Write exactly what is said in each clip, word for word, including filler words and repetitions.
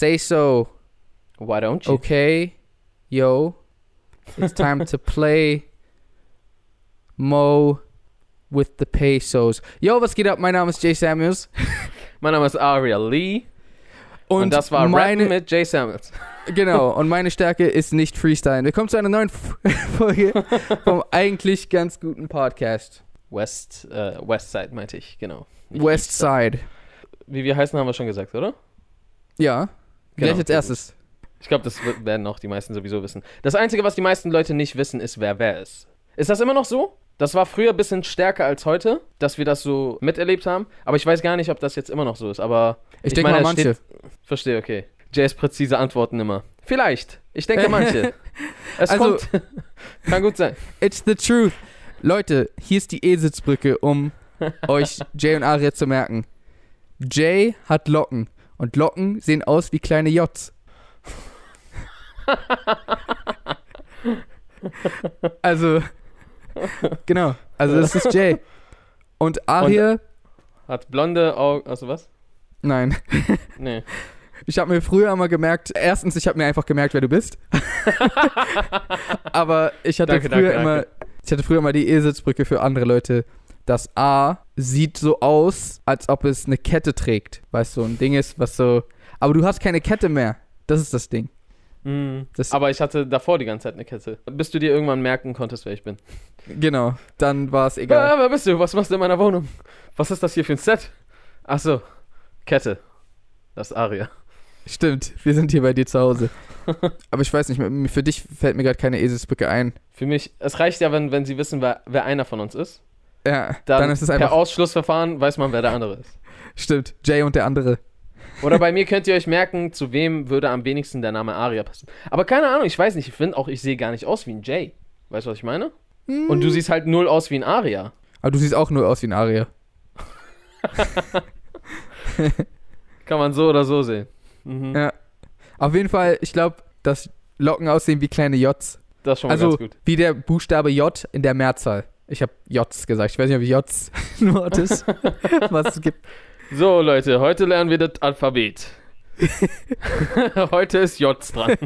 say so. Why don't you? Okay, yo, it's time to play Mo with the Pesos. Yo, was geht ab? Mein Name ist Jay Samuels. Mein Name ist Aria Lee. Und, und das war meine, Rappen mit Jay Samuels. Genau, und meine Stärke ist nicht Freestyle. Willkommen zu einer neuen Folge vom eigentlich ganz guten Podcast. West, äh, Westside meinte ich, genau. Nicht Westside. Wie wir heißen, haben wir schon gesagt, oder? Ja, genau. Gleich als erstes. Ich glaube, das werden auch die meisten sowieso wissen. Das Einzige, was die meisten Leute nicht wissen, ist, wer wer ist. Ist das immer noch so? Das war früher ein bisschen stärker als heute, dass wir das so miterlebt haben. Aber ich weiß gar nicht, ob das jetzt immer noch so ist. Aber ich, ich denke mal manche. Steht, verstehe, okay. Jays präzise Antworten immer. Vielleicht. Ich denke manche. Es also, kommt. Kann gut sein. It's the truth. Leute, hier ist die E-Sitzbrücke, um euch Jay und Aria zu merken. Jay hat Locken. Und Locken sehen aus wie kleine J's. Also, genau. Also, das ist Jay. Und Aria... Und hat blonde Augen... Also was? Nein. Nee. Ich habe mir früher immer gemerkt... Erstens, ich habe mir einfach gemerkt, wer du bist. Aber ich hatte danke, früher danke, immer... danke. Ich hatte früher immer die E-Sitzbrücke für andere Leute. Das A sieht so aus, als ob es eine Kette trägt. Weißt du, so ein Ding ist, was so... Aber du hast keine Kette mehr. Das ist das Ding. Mm, das aber ich hatte davor die ganze Zeit eine Kette. Bis du dir irgendwann merken konntest, wer ich bin. Genau. Dann war es egal. Ja, wer bist du? Was machst du in meiner Wohnung? Was ist das hier für ein Set? Ach so. Kette. Das ist Aria. Stimmt. Wir sind hier bei dir zu Hause. Aber ich weiß nicht, für dich fällt mir gerade keine Eselsbrücke ein. Für mich, es reicht ja, wenn, wenn sie wissen, wer, wer einer von uns ist. Ja, dann, dann ist es einfach... Per Ausschlussverfahren weiß man, wer der andere ist. Stimmt, Jay und der andere. Oder bei mir könnt ihr euch merken, zu wem würde am wenigsten der Name Aria passen. Aber keine Ahnung, ich weiß nicht, ich finde auch, ich sehe gar nicht aus wie ein Jay. Weißt du, was ich meine? Hm. Und du siehst halt null aus wie ein Aria. Aber du siehst auch null aus wie ein Aria. Kann man so oder so sehen. Mhm. Ja. Auf jeden Fall, ich glaube, dass Locken aussehen wie kleine J's. Das ist schon mal also, ganz gut. Wie der Buchstabe J in der Mehrzahl. Ich habe J's gesagt. Ich weiß nicht, ob J's ein Wort ist, was es gibt. So, Leute, heute lernen wir das Alphabet. Heute ist J dran.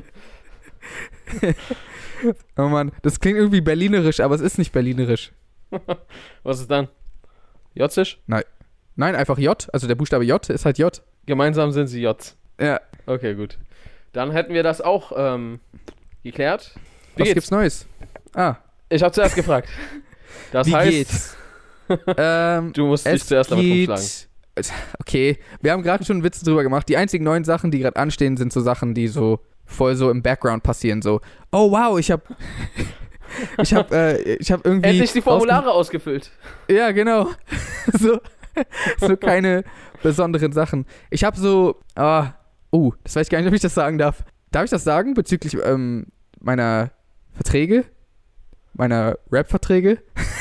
Oh Mann, das klingt irgendwie berlinerisch, aber es ist nicht berlinerisch. Was ist dann? Jotzisch? Nein. Nein, einfach J. Also der Buchstabe J ist halt J. Gemeinsam sind sie J's. Ja. Okay, gut. Dann hätten wir das auch ähm, geklärt. Wie Was geht's? gibt's Neues? Ah. Ich habe zuerst gefragt. Das Wie heißt, geht's? ähm, du musst dich zuerst damit rumschlagen. Okay, wir haben gerade schon Witze drüber gemacht. Die einzigen neuen Sachen, die gerade anstehen, sind so Sachen, die so voll so im Background passieren. So, oh wow, ich hab ich hab, äh, ich hab irgendwie... Endlich die Formulare ausgefüllt. Ja, genau. so, so keine besonderen Sachen. Ich hab so... Ah, oh, das weiß ich gar nicht, ob ich das sagen darf. Darf ich das sagen bezüglich ähm, meiner Verträge? Meiner Rap-Verträge?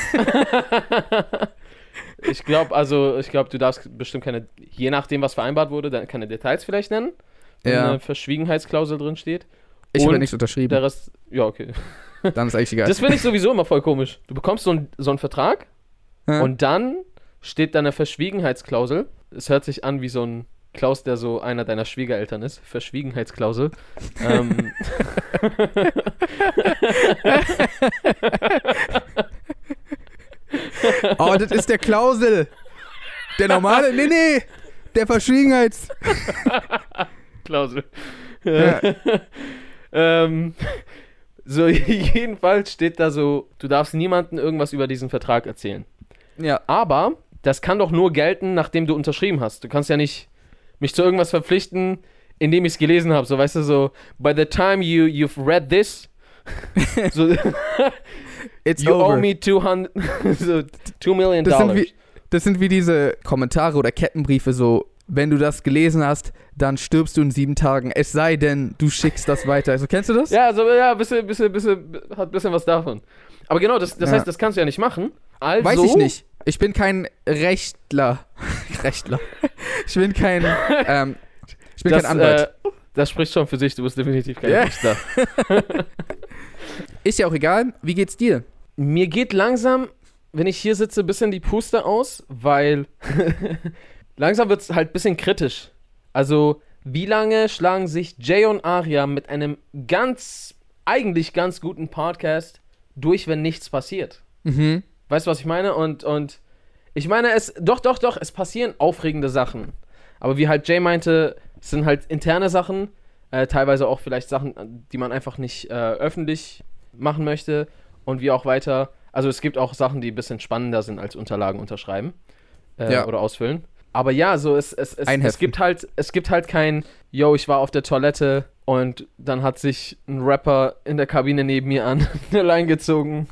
Ich glaube, also, ich glaube, du darfst bestimmt keine, je nachdem, was vereinbart wurde, dann keine Details vielleicht nennen, wenn ja. eine Verschwiegenheitsklausel drin steht. Ich habe nichts unterschrieben. Der Rest, ja, okay. Dann ist eigentlich egal. Das finde ich sowieso immer voll komisch. Du bekommst so, ein, so einen Vertrag ja. und dann steht da eine Verschwiegenheitsklausel. Es hört sich an wie so ein Klaus, der so einer deiner Schwiegereltern ist. Verschwiegenheitsklausel. ähm. Oh, das ist der Klausel. Der normale, nee, nee, der Verschwiegenheits. Klausel. Ja. ähm, so, jedenfalls steht da so, du darfst niemandem irgendwas über diesen Vertrag erzählen. Ja. Aber das kann doch nur gelten, nachdem du unterschrieben hast. Du kannst ja nicht mich zu irgendwas verpflichten, indem ich es gelesen habe. So, weißt du, so, by the time you, you've read this, so, It's you over. owe me two hundred, so, two million das dollars. Sind wie, das sind wie diese Kommentare oder Kettenbriefe, so, wenn du das gelesen hast, dann stirbst du in sieben Tagen. Es sei denn, du schickst das weiter. Also, kennst du das? Ja, so, ja, bisschen, bisschen, bisschen, hat ein bisschen was davon. Aber genau, das, das ja. heißt, das kannst du ja nicht machen. Also, weiß ich nicht. Ich bin kein Rechtler. Rechtler. Ich bin kein, ähm, ich bin das, kein Anwalt. Äh, das spricht schon für sich, du bist definitiv kein ja. Rechtler. Ist ja auch egal. Wie geht's dir? Mir geht langsam, wenn ich hier sitze, ein bisschen die Puste aus, weil langsam wird es halt ein bisschen kritisch. Also wie lange schlagen sich Jay und Aria mit einem ganz, eigentlich ganz guten Podcast durch, wenn nichts passiert? Mhm. Weißt du, was ich meine? Und, und ich meine, es, doch, doch, doch, es passieren aufregende Sachen. Aber wie halt Jay meinte, es sind halt interne Sachen, äh, teilweise auch vielleicht Sachen, die man einfach nicht äh, öffentlich machen möchte. Und wie auch weiter. Also es gibt auch Sachen, die ein bisschen spannender sind als Unterlagen unterschreiben äh, Ja. oder ausfüllen. Aber ja, so es, es, es, Einheften. es gibt halt, es gibt halt kein, yo, ich war auf der Toilette und dann hat sich ein Rapper in der Kabine neben mir an eine Line gezogen.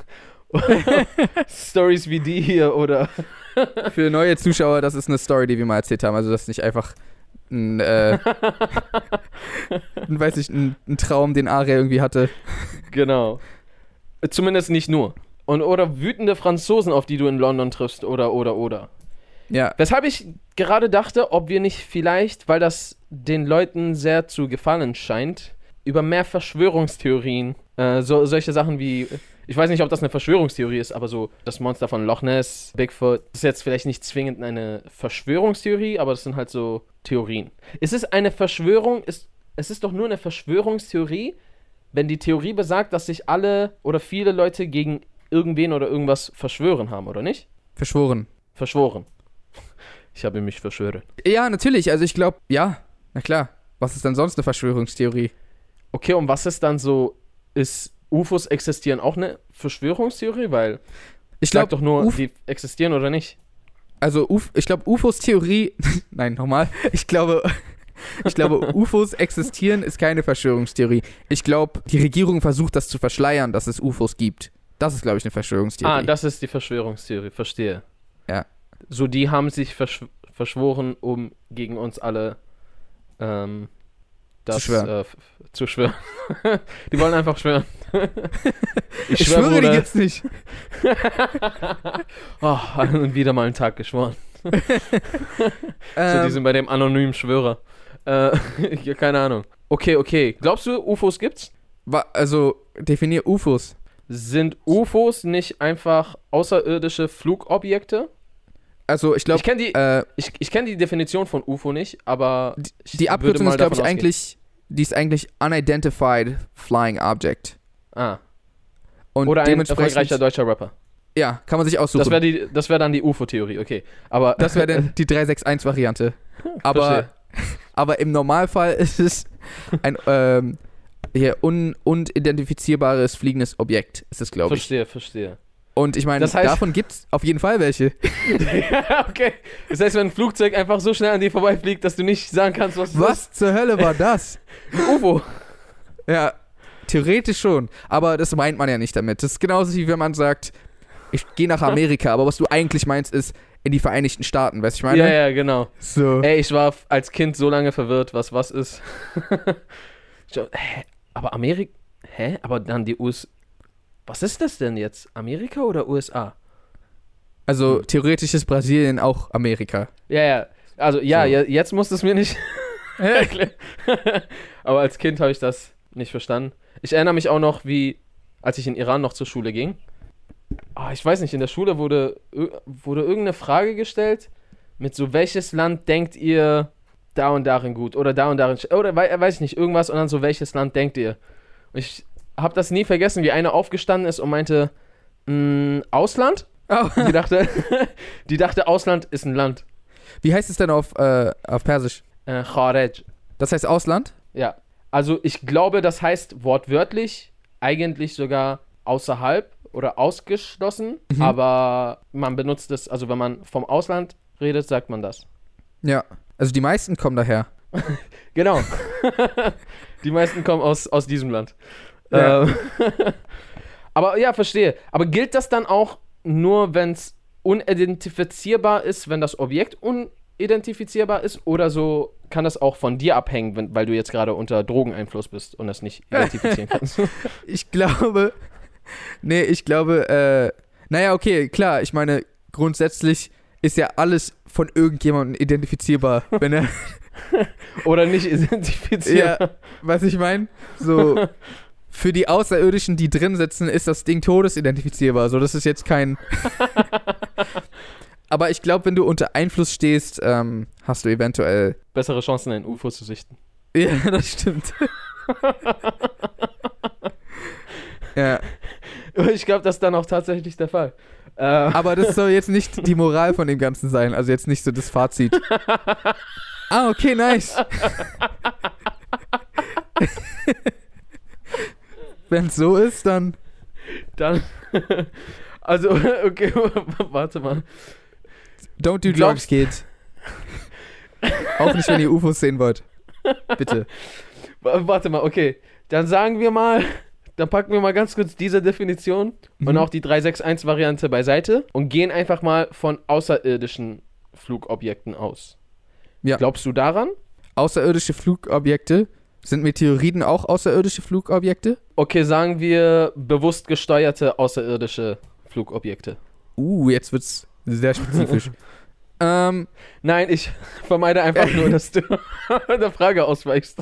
Stories wie die hier oder Für neue Zuschauer, das ist eine Story, die wir mal erzählt haben. Also das ist nicht einfach ein, äh, ein weiß ich, ein, ein Traum, den Aria irgendwie hatte. genau. Zumindest nicht nur. Und oder wütende Franzosen, auf die du in London triffst oder oder oder. Ja. Weshalb ich gerade dachte, ob wir nicht vielleicht, weil das den Leuten sehr zu gefallen scheint, über mehr Verschwörungstheorien, äh, so, solche Sachen wie, ich weiß nicht, ob das eine Verschwörungstheorie ist, aber so das Monster von Loch Ness, Bigfoot, das ist jetzt vielleicht nicht zwingend eine Verschwörungstheorie, aber das sind halt so Theorien. Ist es eine Verschwörung, ist, es ist doch nur eine Verschwörungstheorie, wenn die Theorie besagt, dass sich alle oder viele Leute gegen irgendwen oder irgendwas verschwören haben, oder nicht? Verschworen. Verschworen. Ich habe mich verschwören. Ja, natürlich. Also ich glaube, ja, na klar. Was ist denn sonst eine Verschwörungstheorie? Okay, und was ist dann so, ist U F Os existieren auch eine Verschwörungstheorie? Weil, Ich sag glaube doch nur, Uf- die existieren oder nicht. Also Uf- ich glaube U F Os Theorie, nein, nochmal. Ich glaube, ich glaube U F Os existieren ist keine Verschwörungstheorie. Ich glaube, die Regierung versucht das zu verschleiern, dass es U F Os gibt. Das ist, glaube ich, eine Verschwörungstheorie. Ah, das ist die Verschwörungstheorie, verstehe. Ja. So, die haben sich verschw- verschworen, um gegen uns alle ähm, das Zu schwören. Äh, f- zu schwören. Die wollen einfach schwören. Ich, schwöre, Bruder. die gibt's nicht. Oh, und wieder mal einen Tag geschworen. So, Ähm, die sind bei dem anonymen Schwörer. Äh, ja, keine Ahnung. Okay, okay. Glaubst du, U F Os gibt's? wa- also, definier U F Os. Sind U F Os nicht einfach außerirdische Flugobjekte? Also, ich glaube, Ich kenne die, äh, ich, ich kenn die Definition von U F O nicht, aber ich die würde Abkürzung mal ist, glaube ich, davon ausgehen. eigentlich, die ist eigentlich Unidentified Flying Object. Ah. Und Oder ein dementsprechend, erfolgreicher deutscher Rapper. ja, kann man sich aussuchen. Das wäre die, das wäre dann die U F O-Theorie, okay. Aber Das wäre dann die drei sechs eins Variante. Aber, Verstehe. aber im Normalfall ist es ein ähm, hier un, unidentifizierbares fliegendes Objekt, ist es, glaube ich. verstehe, verstehe. Und ich meine, Das heißt- davon gibt es auf jeden Fall welche. Ja, okay. Das heißt, wenn ein Flugzeug einfach so schnell an dir vorbeifliegt, dass du nicht sagen kannst, was es Was zur Hölle war das? ist. Ein U F O. Ja, theoretisch schon. Aber das meint man ja nicht damit. Das ist genauso wie wenn man sagt, ich gehe nach Amerika, aber was du eigentlich meinst, ist in die Vereinigten Staaten, weißt du, ich meine? Ja, ja, genau. So. Ey, ich war f- als Kind so lange verwirrt, was was ist. Ich so, hä? Aber Amerika? Hä? Aber dann die U S A. Was ist das denn jetzt? Amerika oder U S A? Also theoretisch ist Brasilien auch Amerika. Ja, ja. Also, ja, So. je- jetzt musst du es mir nicht erklären. Aber als Kind habe ich das nicht verstanden. Ich erinnere mich auch noch, wie, als ich in Iran noch zur Schule ging. Ah, ich weiß nicht, in der Schule wurde, ir- wurde irgendeine Frage gestellt mit so, welches Land denkt ihr da und darin gut? Oder da und darin, sch- oder wei- weiß ich nicht, irgendwas und dann so, welches Land denkt ihr? Und ich habe das nie vergessen, wie eine aufgestanden ist und meinte, "Mm, Ausland? Oh. Die dachte, die dachte, Ausland ist ein Land. Wie heißt es denn auf, äh, auf Persisch? Äh, Kharej. Das heißt Ausland? Ja, also ich glaube, das heißt wortwörtlich eigentlich sogar außerhalb oder ausgeschlossen, Mhm. aber man benutzt es, also wenn man vom Ausland redet, sagt man das. Ja. Also die meisten kommen daher. Genau. Die meisten kommen aus, aus diesem Land. Ja. Ähm, aber ja, verstehe. Aber gilt das dann auch nur, wenn es unidentifizierbar ist, wenn das Objekt unidentifizierbar ist, oder so kann das auch von dir abhängen, wenn, weil du jetzt gerade unter Drogeneinfluss bist und das nicht identifizieren kannst? Ich glaube, nee, ich glaube, äh, naja, okay, klar, ich meine, grundsätzlich ist ja alles von irgendjemandem identifizierbar, wenn er, Oder nicht identifizierbar? ja, was ich meine, so, für die Außerirdischen, die drin sitzen, ist das Ding todesidentifizierbar, so, das ist jetzt kein, Aber ich glaube, wenn du unter Einfluss stehst, ähm, hast du eventuell... Bessere Chancen, ein U F O zu sichten. Ja, das stimmt. Ja. Ich glaube, das ist dann auch tatsächlich der Fall. Äh. Aber das soll jetzt nicht die Moral von dem Ganzen sein. Also jetzt nicht so das Fazit. Ah, okay, nice. Wenn es so ist, dann... Dann... Also, okay, warte mal. Don't do drugs, kids. Auch nicht, wenn ihr U F Os sehen wollt. Bitte. Warte mal, okay. Dann sagen wir mal, dann packen wir mal ganz kurz diese Definition mhm. und auch die drei sechs eins Variante beiseite und gehen einfach mal von außerirdischen Flugobjekten aus. Ja. Glaubst du daran? Außerirdische Flugobjekte? Sind Meteoriten auch außerirdische Flugobjekte? Okay, sagen wir bewusst gesteuerte außerirdische Flugobjekte. Uh, jetzt wird's sehr spezifisch. ähm, Nein, ich vermeide einfach nur, dass du der Frage ausweichst.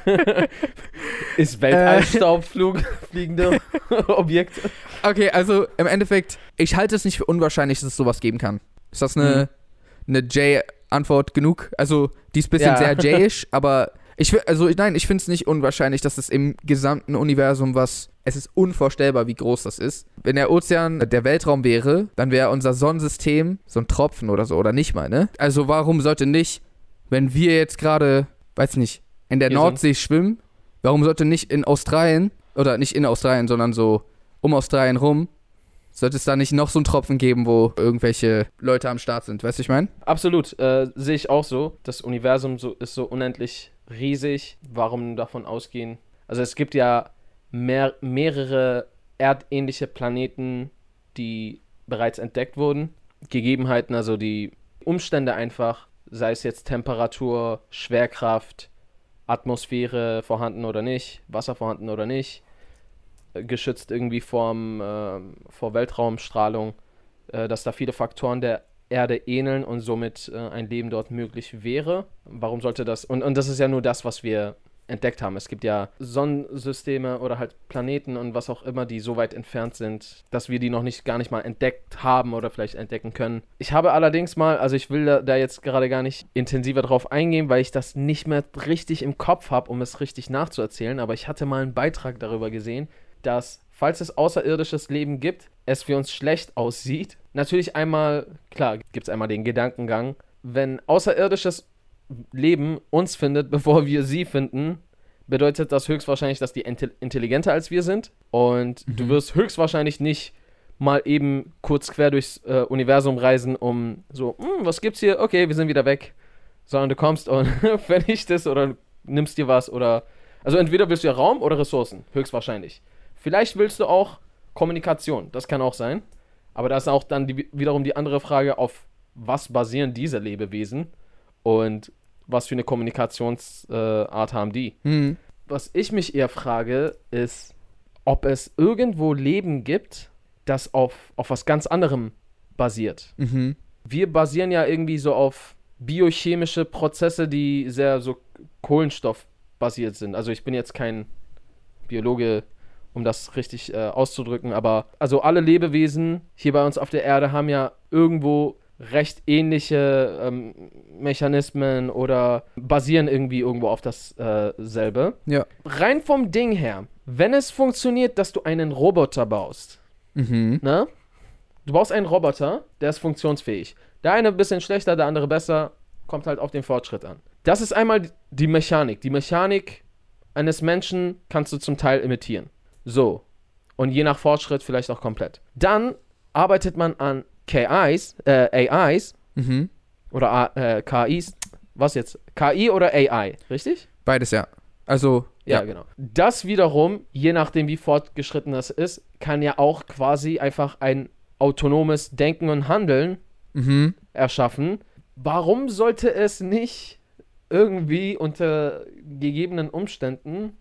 Ist Weltallstaubflug fliegende Objekte? Okay, also im Endeffekt, ich halte es nicht für unwahrscheinlich, dass es sowas geben kann. Ist das eine, mhm. eine J-Antwort genug? Also, die ist ein bisschen ja. sehr J-isch, aber ich also nein, ich finde es nicht unwahrscheinlich, dass es im gesamten Universum was, es ist unvorstellbar, wie groß das ist. Wenn der Ozean der Weltraum wäre, dann wäre unser Sonnensystem so ein Tropfen oder so, oder nicht mal, ne? Also warum sollte nicht, wenn wir jetzt gerade, weiß nicht, in der Hier Nordsee sind. schwimmen, warum sollte nicht in Australien, oder nicht in Australien, sondern so um Australien rum, sollte es da nicht noch so einen Tropfen geben, wo irgendwelche Leute am Start sind, weißt du, ich meine? Absolut, äh, sehe ich auch so. Das Universum so, ist so unendlich riesig. Warum davon ausgehen? Also es gibt ja mehr, mehrere erdähnliche Planeten, die bereits entdeckt wurden. Gegebenheiten, also die Umstände einfach, sei es jetzt Temperatur, Schwerkraft, Atmosphäre vorhanden oder nicht, Wasser vorhanden oder nicht, geschützt irgendwie vorm, äh, vor Weltraumstrahlung, äh, dass da viele Faktoren der Erde ähneln und somit äh, ein Leben dort möglich wäre. Warum sollte das? Und, und das ist ja nur das, was wir entdeckt haben. Es gibt ja Sonnensysteme oder halt Planeten und was auch immer, die so weit entfernt sind, dass wir die noch nicht gar nicht mal entdeckt haben oder vielleicht entdecken können. Ich habe allerdings mal, also ich will da, da jetzt gerade gar nicht intensiver drauf eingehen, weil ich das nicht mehr richtig im Kopf habe, um es richtig nachzuerzählen, aber ich hatte mal einen Beitrag darüber gesehen, dass, falls es außerirdisches Leben gibt, es für uns schlecht aussieht. Natürlich einmal, klar, gibt es einmal den Gedankengang, wenn außerirdisches Leben uns findet, bevor wir sie finden, bedeutet das höchstwahrscheinlich, dass die intelligenter als wir sind. Und mhm. du wirst höchstwahrscheinlich nicht mal eben kurz quer durchs äh, Universum reisen, um so, was gibt's hier? Okay, wir sind wieder weg. Sondern du kommst und vernichtest oder nimmst dir was oder... Also entweder willst du ja Raum oder Ressourcen, höchstwahrscheinlich. Vielleicht willst du auch Kommunikation, das kann auch sein. Aber da ist auch dann die, wiederum die andere Frage, auf was basieren diese Lebewesen und was für eine Kommunikationsart äh, haben die. Mhm. Was ich mich eher frage, ist, ob es irgendwo Leben gibt, das auf, auf was ganz anderem basiert. Mhm. Wir basieren ja irgendwie so auf biochemische Prozesse, die sehr so kohlenstoffbasiert sind. Also ich bin jetzt kein Biologe, um das richtig äh, auszudrücken, aber also alle Lebewesen hier bei uns auf der Erde haben ja irgendwo recht ähnliche ähm, Mechanismen oder basieren irgendwie irgendwo auf dasselbe. Äh, ja. Rein vom Ding her, wenn es funktioniert, dass du einen Roboter baust, mhm. ne? Du baust einen Roboter, der ist funktionsfähig. Der eine ein bisschen schlechter, der andere besser, kommt halt auf den Fortschritt an. Das ist einmal die Mechanik. Die Mechanik eines Menschen kannst du zum Teil imitieren. So. Und je nach Fortschritt vielleicht auch komplett. Dann arbeitet man an K Is, äh, A Is. Mhm. Oder äh, K Is. Was jetzt? K I oder A I, richtig? Beides, ja. Also, ja. ja, genau. Das wiederum, je nachdem wie fortgeschritten das ist, kann ja auch quasi einfach ein autonomes Denken und Handeln mhm. erschaffen. Warum sollte es nicht irgendwie unter gegebenen Umständen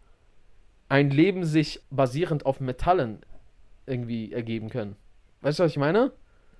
ein Leben sich basierend auf Metallen irgendwie ergeben können? Weißt du, was ich meine?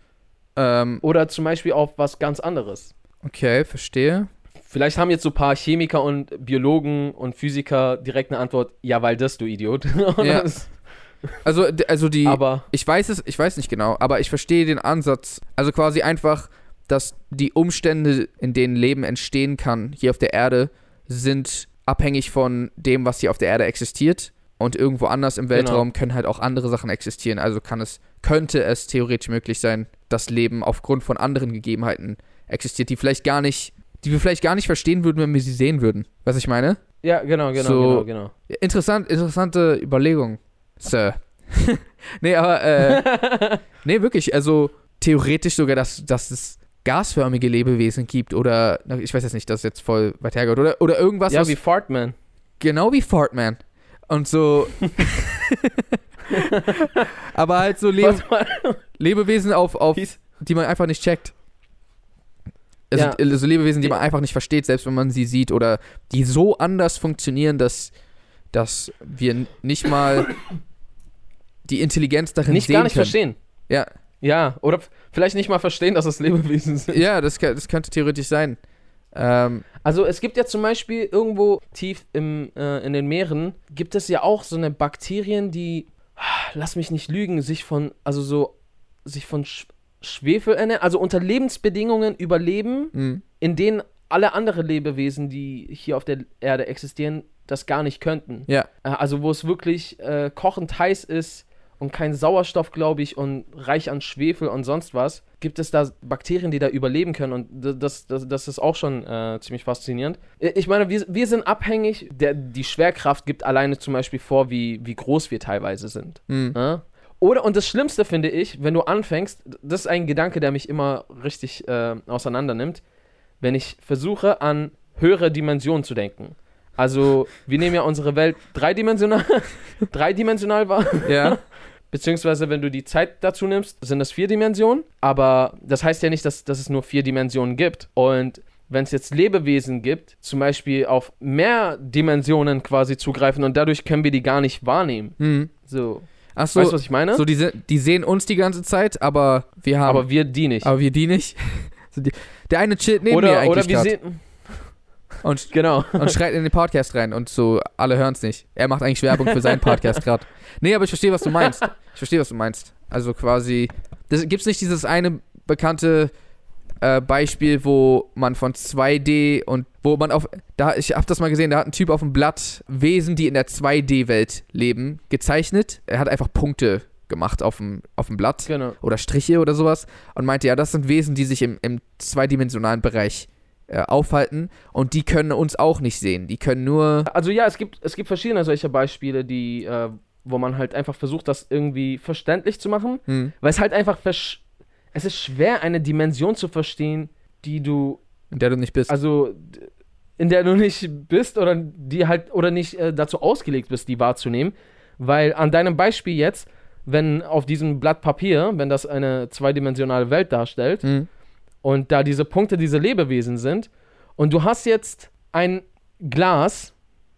Ähm, Oder zum Beispiel auf was ganz anderes. Okay, verstehe. Vielleicht haben jetzt so ein paar Chemiker und Biologen und Physiker direkt eine Antwort, ja, weil das, du Idiot. Ja. Das, Also, d- also die, Aber ich weiß es, ich weiß nicht genau, aber ich verstehe den Ansatz. Also quasi einfach, dass die Umstände, in denen Leben entstehen kann, hier auf der Erde, sind abhängig von dem, was hier auf der Erde existiert. Und irgendwo anders im Weltraum Genau. können halt auch andere Sachen existieren. Also kann es, könnte es theoretisch möglich sein, dass Leben aufgrund von anderen Gegebenheiten existiert, die vielleicht gar nicht, die wir vielleicht gar nicht verstehen würden, wenn wir sie sehen würden. Was ich meine? ja, genau, genau, So- genau, genau. Interessant, interessante Überlegung, Sir. nee, aber, äh, nee, wirklich, also theoretisch sogar, dass, dass es gasförmige Lebewesen gibt oder, na, ich weiß jetzt nicht, das ist jetzt voll weit hergeholt, oder, oder irgendwas, Ja, was, wie Fartman. genau wie Fartman. Und so, aber halt so Lebe, Warte mal. Lebewesen auf, auf, Hieß- die man einfach nicht checkt. Also, Ja. also Lebewesen, die man Ja. einfach nicht versteht, selbst wenn man sie sieht oder die so anders funktionieren, dass, dass wir n- nicht mal die Intelligenz darin Nicht sehen gar nicht können. verstehen. Ja, Ja, oder f- vielleicht nicht mal verstehen, dass es Lebewesen sind. ja das, kann, das könnte theoretisch sein. Ähm, Also es gibt ja zum Beispiel irgendwo tief im, äh, in den Meeren, gibt es ja auch so eine Bakterien, die, ah, lass mich nicht lügen, sich von, also so, sich von Sch Schwefel ernähren, also unter Lebensbedingungen überleben, mh. in denen alle andere Lebewesen, die hier auf der Erde existieren, das gar nicht könnten. Ja, Äh, Also wo es wirklich äh, kochend heiß ist und kein Sauerstoff, glaube ich, und reich an Schwefel und sonst was, gibt es da Bakterien, die da überleben können und d- das, das, das ist auch schon äh, ziemlich faszinierend. Äh, Ich meine, wir, wir sind abhängig, der, die Schwerkraft gibt alleine zum Beispiel vor, wie, wie groß wir teilweise sind. mh. Ja? Oder, und das Schlimmste finde ich, wenn du anfängst, das ist ein Gedanke, der mich immer richtig äh, auseinander nimmt, wenn ich versuche, an höhere Dimensionen zu denken. Also, wir nehmen ja unsere Welt dreidimensional, dreidimensional wahr. Ja, Beziehungsweise, wenn du die Zeit dazu nimmst, sind es vier Dimensionen. Aber das heißt ja nicht, dass, dass es nur vier Dimensionen gibt. Und wenn es jetzt Lebewesen gibt, zum Beispiel auf mehr Dimensionen quasi zugreifen und dadurch können wir die gar nicht wahrnehmen. mh. So. Ach so, Weißt du, was ich meine? so die, se- die sehen uns die ganze Zeit, aber wir haben, aber wir die nicht. aber wir die nicht. So die, der eine chillt neben mir oder, eigentlich oder wir grad sehen. und, Genau. und schreit in den Podcast rein und so, alle hören es nicht. Er macht eigentlich Werbung für seinen Podcast gerade. Nee, aber ich verstehe, was du meinst. Ich verstehe, was du meinst. Also quasi, gibt es nicht dieses eine bekannte äh, Beispiel, wo man von zwei D und wo man auf, da ich habe das mal gesehen, da hat ein Typ auf dem Blatt Wesen, die in der zwei D-Welt leben, gezeichnet. Er hat einfach Punkte gemacht auf dem, auf dem Blatt Genau. oder Striche oder sowas und meinte, ja, das sind Wesen, die sich im, im zweidimensionalen Bereich äh, aufhalten und die können uns auch nicht sehen. Die können nur, Also ja, es gibt, es gibt verschiedene solcher Beispiele, die, äh, wo man halt einfach versucht, das irgendwie verständlich zu machen. hm, Weil es halt einfach, versch- es ist schwer, eine Dimension zu verstehen, die du, in der du nicht bist. also d- in der du nicht bist oder die halt, oder nicht äh, dazu ausgelegt bist, die wahrzunehmen. Weil an deinem Beispiel jetzt, wenn auf diesem Blatt Papier, wenn das eine zweidimensionale Welt darstellt, hm, und da diese Punkte diese Lebewesen sind und du hast jetzt ein Glas,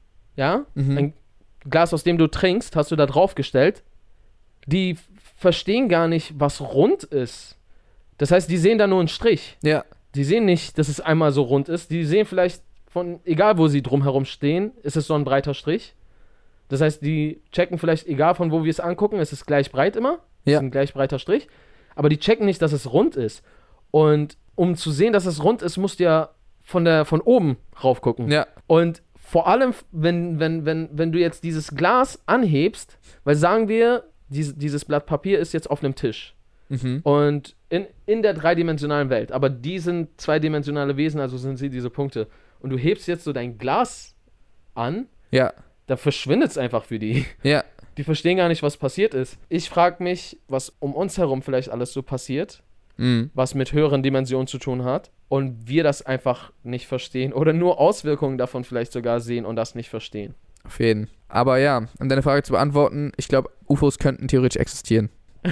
ja, mhm. ein Glas, aus dem du trinkst, hast du da draufgestellt, die f- verstehen gar nicht, was rund ist. Das heißt, die sehen da nur einen Strich. Ja, Die sehen nicht, dass es einmal so rund ist. Die sehen vielleicht von, egal wo sie drumherum stehen, ist es so ein breiter Strich. Das heißt, die checken vielleicht, egal von wo wir es angucken, ist es gleich breit immer. Ja. Ist ein gleich breiter Strich. Aber die checken nicht, dass es rund ist. Und um zu sehen, dass es rund ist, musst du ja von, der, von oben rauf gucken. ja, Und vor allem, wenn, wenn, wenn, wenn du jetzt dieses Glas anhebst, weil sagen wir, dies, dieses Blatt Papier ist jetzt auf einem Tisch. mhm. Und in, in der dreidimensionalen Welt. Aber die sind zweidimensionale Wesen, also sind sie diese Punkte. Und du hebst jetzt so dein Glas an, ja, dann verschwindet es einfach für die. ja, Die verstehen gar nicht, was passiert ist. Ich frage mich, was um uns herum vielleicht alles so passiert, mhm. was mit höheren Dimensionen zu tun hat. Und wir das einfach nicht verstehen. Oder nur Auswirkungen davon vielleicht sogar sehen und das nicht verstehen. Auf jeden. Aber ja, um deine Frage zu beantworten, ich glaube, U F Os könnten theoretisch existieren.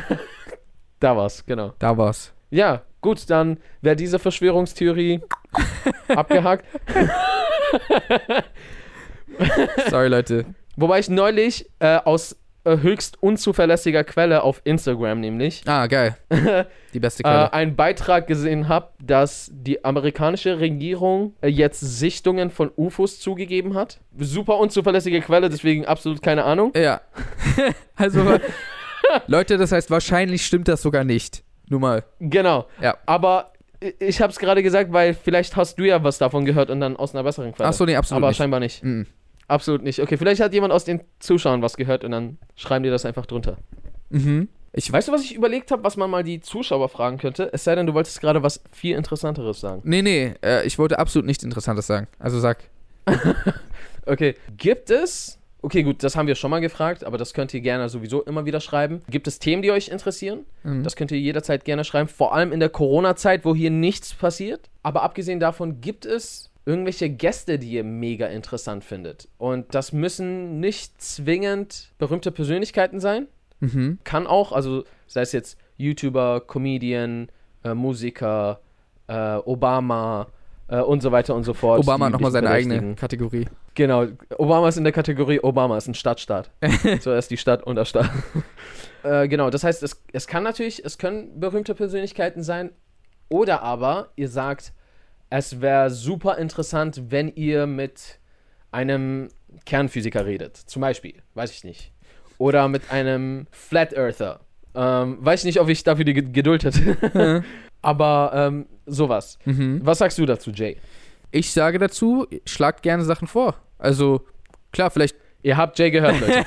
Da war's, genau. Da war's. Ja, gut, dann wäre diese Verschwörungstheorie abgehakt. Sorry, Leute. Wobei ich neulich äh, aus äh, höchst unzuverlässiger Quelle auf Instagram nämlich Ah, geil. Die beste Quelle. äh, einen Beitrag gesehen habe, dass die amerikanische Regierung äh, jetzt Sichtungen von U F Os zugegeben hat. Super unzuverlässige Quelle, deswegen absolut keine Ahnung. Ja. Also, Leute, das heißt, wahrscheinlich stimmt das sogar nicht. Nur mal. Genau. Ja. Aber i- ich habe es gerade gesagt, weil vielleicht hast du ja was davon gehört und dann aus einer besseren Quelle. Achso, nee, absolut Aber nicht. scheinbar nicht. Mhm. Absolut nicht. Okay, vielleicht hat jemand aus den Zuschauern was gehört und dann schreiben die das einfach drunter. Mhm. Ich Weißt du, was ich überlegt habe, was man mal die Zuschauer fragen könnte? Es sei denn, du wolltest gerade was viel Interessanteres sagen. Nee, nee, äh, ich wollte absolut nichts Interessantes sagen. Also sag. Okay, gibt es... Okay, gut, das haben wir schon mal gefragt, aber das könnt ihr gerne sowieso immer wieder schreiben. Gibt es Themen, die euch interessieren? Mhm. Das könnt ihr jederzeit gerne schreiben, vor allem in der Corona-Zeit, wo hier nichts passiert. Aber abgesehen davon gibt es irgendwelche Gäste, die ihr mega interessant findet. Und das müssen nicht zwingend berühmte Persönlichkeiten sein. Mhm. Kann auch, also sei es jetzt YouTuber, Comedian, äh, Musiker, äh, Obama äh, und so weiter und so fort. Obama hat die nochmal dich seine eigene berechtigen. Kategorie. Genau, Obama ist in der Kategorie Obama, ist ein Stadtstaat. Zuerst die Stadt und der Staat. äh, genau, das heißt, es, es kann natürlich, es können berühmte Persönlichkeiten sein, oder aber ihr sagt, es wäre super interessant, wenn ihr mit einem Kernphysiker redet. Zum Beispiel, weiß ich nicht. Oder mit einem Flat Earther. Ähm, weiß ich nicht, ob ich dafür die Ge- Geduld hätte. Aber ähm, sowas. Mhm. Was sagst du dazu, Jay? Ich sage dazu, schlagt gerne Sachen vor. Also, klar, vielleicht Ihr habt Jay gehört, Leute.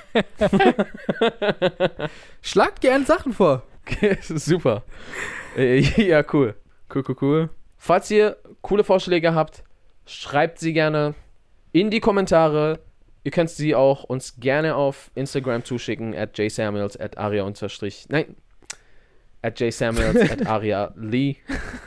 schlagt gerne Sachen vor. Okay, super. Äh, ja, cool. Cool, cool, cool. Falls ihr coole Vorschläge habt, schreibt sie gerne in die Kommentare. Ihr könnt sie auch uns gerne auf Instagram zuschicken, at jsamuels, at aria unterstrich, nein, at jsamuels, at aria lee.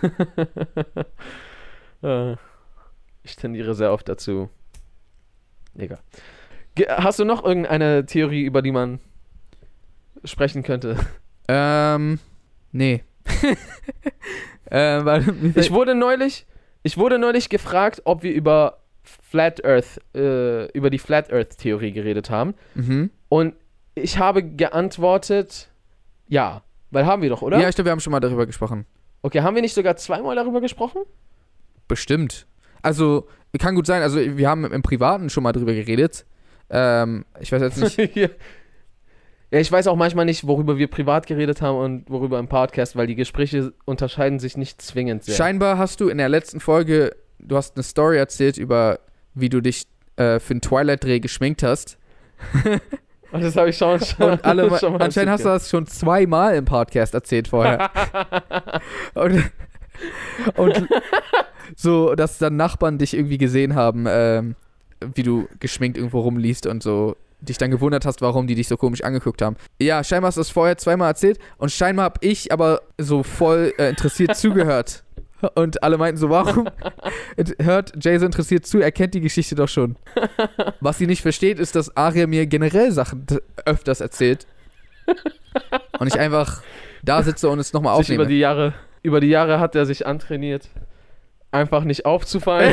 Äh, ich tendiere sehr oft dazu. Egal. Ge- Hast du noch irgendeine Theorie, über die man sprechen könnte? Ähm, nee. äh, weil, Ich wurde neulich, ich wurde neulich gefragt, ob wir über Flat Earth, äh, über die Flat Earth Theorie geredet haben. mhm. Und ich habe geantwortet, ja. Weil haben wir doch, oder? Ja, ich glaube, wir haben schon mal darüber gesprochen. Okay, haben wir nicht sogar zweimal darüber gesprochen? Bestimmt. Also, kann gut sein. Also, wir haben im Privaten schon mal drüber geredet. Ähm, ich weiß jetzt nicht. Ja. Ja, ich weiß auch manchmal nicht, worüber wir privat geredet haben und worüber im Podcast, weil die Gespräche unterscheiden sich nicht zwingend sehr. Scheinbar hast du in der letzten Folge, du hast eine Story erzählt über, wie du dich äh, für den Twilight-Dreh geschminkt hast. Und das habe ich schon, schon, Und alle, schon mal anscheinend hast du das schon zweimal im Podcast erzählt vorher. und, und so, dass dann Nachbarn dich irgendwie gesehen haben, ähm, wie du geschminkt irgendwo rumliest und so dich dann gewundert hast, warum die dich so komisch angeguckt haben. Ja, scheinbar hast du das vorher zweimal erzählt und scheinbar habe ich aber so voll äh, interessiert zugehört. Und alle meinten so, warum hört Jay so interessiert zu? Er kennt die Geschichte doch schon. Was sie nicht versteht, ist, dass Aria mir generell Sachen t- öfters erzählt. Und ich einfach da sitze und es nochmal sich über aufnehme. die Jahre, über die Jahre hat er sich antrainiert, einfach nicht aufzufallen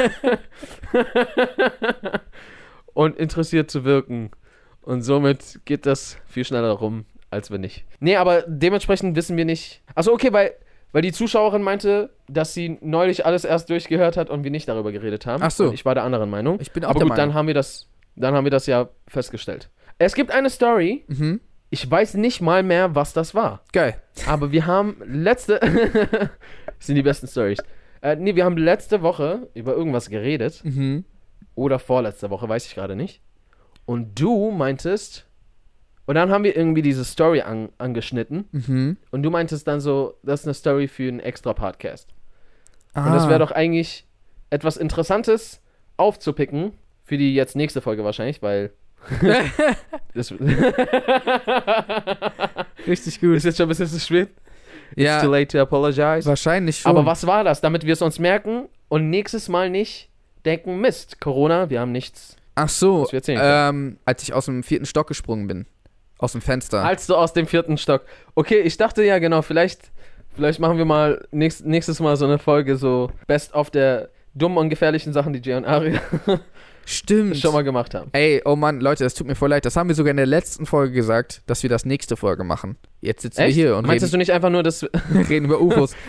und interessiert zu wirken. Und somit geht das viel schneller rum, als wenn nicht. Nee, aber dementsprechend wissen wir nicht. Achso, okay, weil, weil die Zuschauerin meinte, dass sie neulich alles erst durchgehört hat und wir nicht darüber geredet haben. Ach so. Und ich war der anderen Meinung. Ich bin auch aber der gut, Meinung. dann haben wir das, dann haben wir das ja festgestellt. Es gibt eine Story, Mhm. ich weiß nicht mal mehr, was das war. Geil. Aber wir haben letzte. Das sind die besten Stories. Äh, nee, wir haben letzte Woche über irgendwas geredet. Mhm. Oder vorletzte Woche, weiß ich gerade nicht. Und du meintest. Und dann haben wir irgendwie diese Story an, angeschnitten. Mhm. Und du meintest dann so, das ist eine Story für einen extra Podcast. Ah. Und das wäre doch eigentlich etwas Interessantes aufzupicken. Für die jetzt nächste Folge wahrscheinlich, weil. das Richtig gut. ist jetzt schon ein bisschen zu spät. It's Ja, too late to apologize. wahrscheinlich schon. Aber was war das? Damit wir es uns merken und nächstes Mal nicht denken, Mist, Corona, wir haben nichts. Ach so, was wir erzählen können. ähm, als ich aus dem vierten Stock gesprungen bin. Aus dem Fenster. Als du aus dem vierten Stock. Okay, ich dachte ja genau, vielleicht, vielleicht machen wir mal nächst, nächstes Mal so eine Folge, so Best of der, dummen und gefährlichen Sachen, die Jay und Aria Stimmt. schon mal gemacht haben. Ey, oh Mann, Leute, das tut mir voll leid. Das haben wir sogar in der letzten Folge gesagt, dass wir das nächste Folge machen. Jetzt sitzen Echt? wir hier und Meinst du reden, nicht einfach nur, dass... reden über U F Os.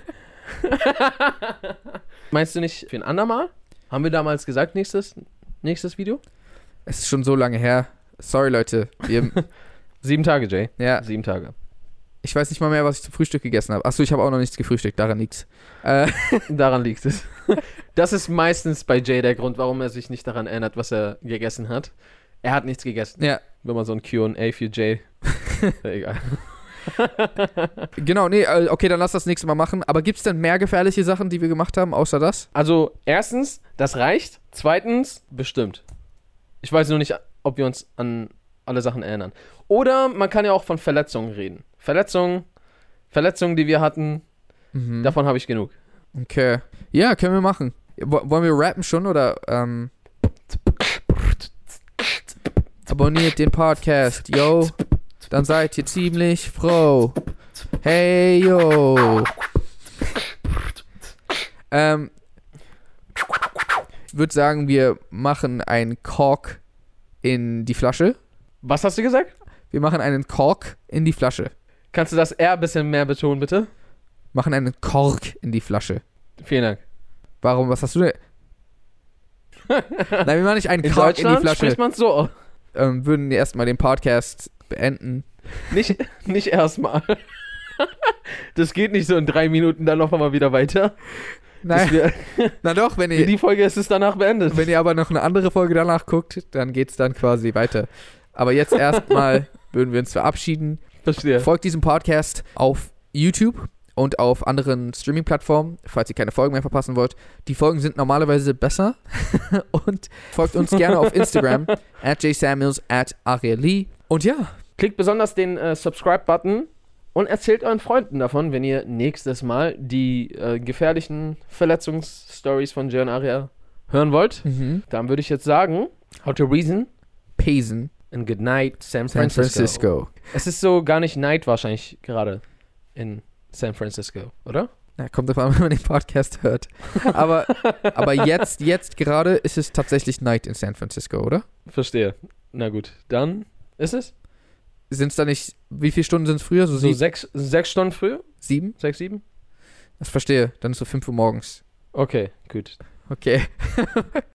Meinst du nicht für ein andermal? Haben wir damals gesagt, nächstes, nächstes Video? Es ist schon so lange her. Sorry, Leute. Wir, Sieben Tage, Jay. ja, Sieben Tage. ich weiß nicht mal mehr, was ich zum Frühstück gegessen habe. Achso, ich habe auch noch nichts gefrühstückt. Daran liegt's. Äh, Daran liegt es. Das ist meistens bei Jay der Grund, warum er sich nicht daran erinnert, was er gegessen hat. Er hat nichts gegessen. ja, Wenn man so ein Q und A für Jay... Egal. genau. Nee, äh, okay, dann lass das nächste Mal machen. Aber gibt's denn mehr gefährliche Sachen, die wir gemacht haben, außer das? Also, erstens, das reicht. Zweitens, bestimmt. Ich weiß nur nicht, ob wir uns an alle Sachen erinnern. Oder man kann ja auch von Verletzungen reden. Verletzungen, Verletzungen, die wir hatten, Mhm. davon habe ich genug. Okay. Ja, können wir machen. Wo- Wollen wir rappen schon oder ähm, abonniert den Podcast, yo. Dann seid ihr ziemlich froh. Hey, yo. Ähm, ich würde sagen, wir machen einen Kork in die Flasche. Was hast du gesagt? Wir machen einen Kork in die Flasche. Kannst du das R ein bisschen mehr betonen, bitte? Machen einen Kork in die Flasche. Vielen Dank. Warum, was hast du denn? Nein, wir machen nicht einen In Kork in die Deutschland Flasche. spricht man es so. Ähm, würden erstmal den Podcast beenden. Nicht, nicht erstmal. Das geht nicht so in drei Minuten, dann noch mal wieder weiter. Nein, Bis wir, na doch, wenn für ihr, die Folge ist es danach beendet. wenn ihr aber noch eine andere Folge danach guckt, dann geht's dann quasi weiter. Aber jetzt erstmal würden wir uns verabschieden. Verstehe. Folgt diesem Podcast auf YouTube und auf anderen Streaming-Plattformen, falls ihr keine Folgen mehr verpassen wollt. Die Folgen sind normalerweise besser. Und folgt uns gerne auf Instagram at jsamuels at arieli. Und ja, Klickt besonders den äh, Subscribe-Button und erzählt euren Freunden davon, wenn ihr nächstes Mal die äh, gefährlichen Verletzungsstories von Jay und Aria hören wollt. mhm. Dann würde ich jetzt sagen, how to reason Pesen, and good night San San Francisco. Francisco. Es ist so gar nicht Night wahrscheinlich gerade in San Francisco, oder? Ja, kommt davon an, wenn man den Podcast hört. Aber, aber jetzt, jetzt gerade ist es tatsächlich Night in San Francisco, oder? Verstehe. Na gut, dann ist es Sind es da nicht, wie viele Stunden sind es früher? So, so sieb, sechs, sechs Stunden früher? sieben? Sechs, sieben? Das verstehe. Dann ist so fünf Uhr morgens. Okay, gut. Okay.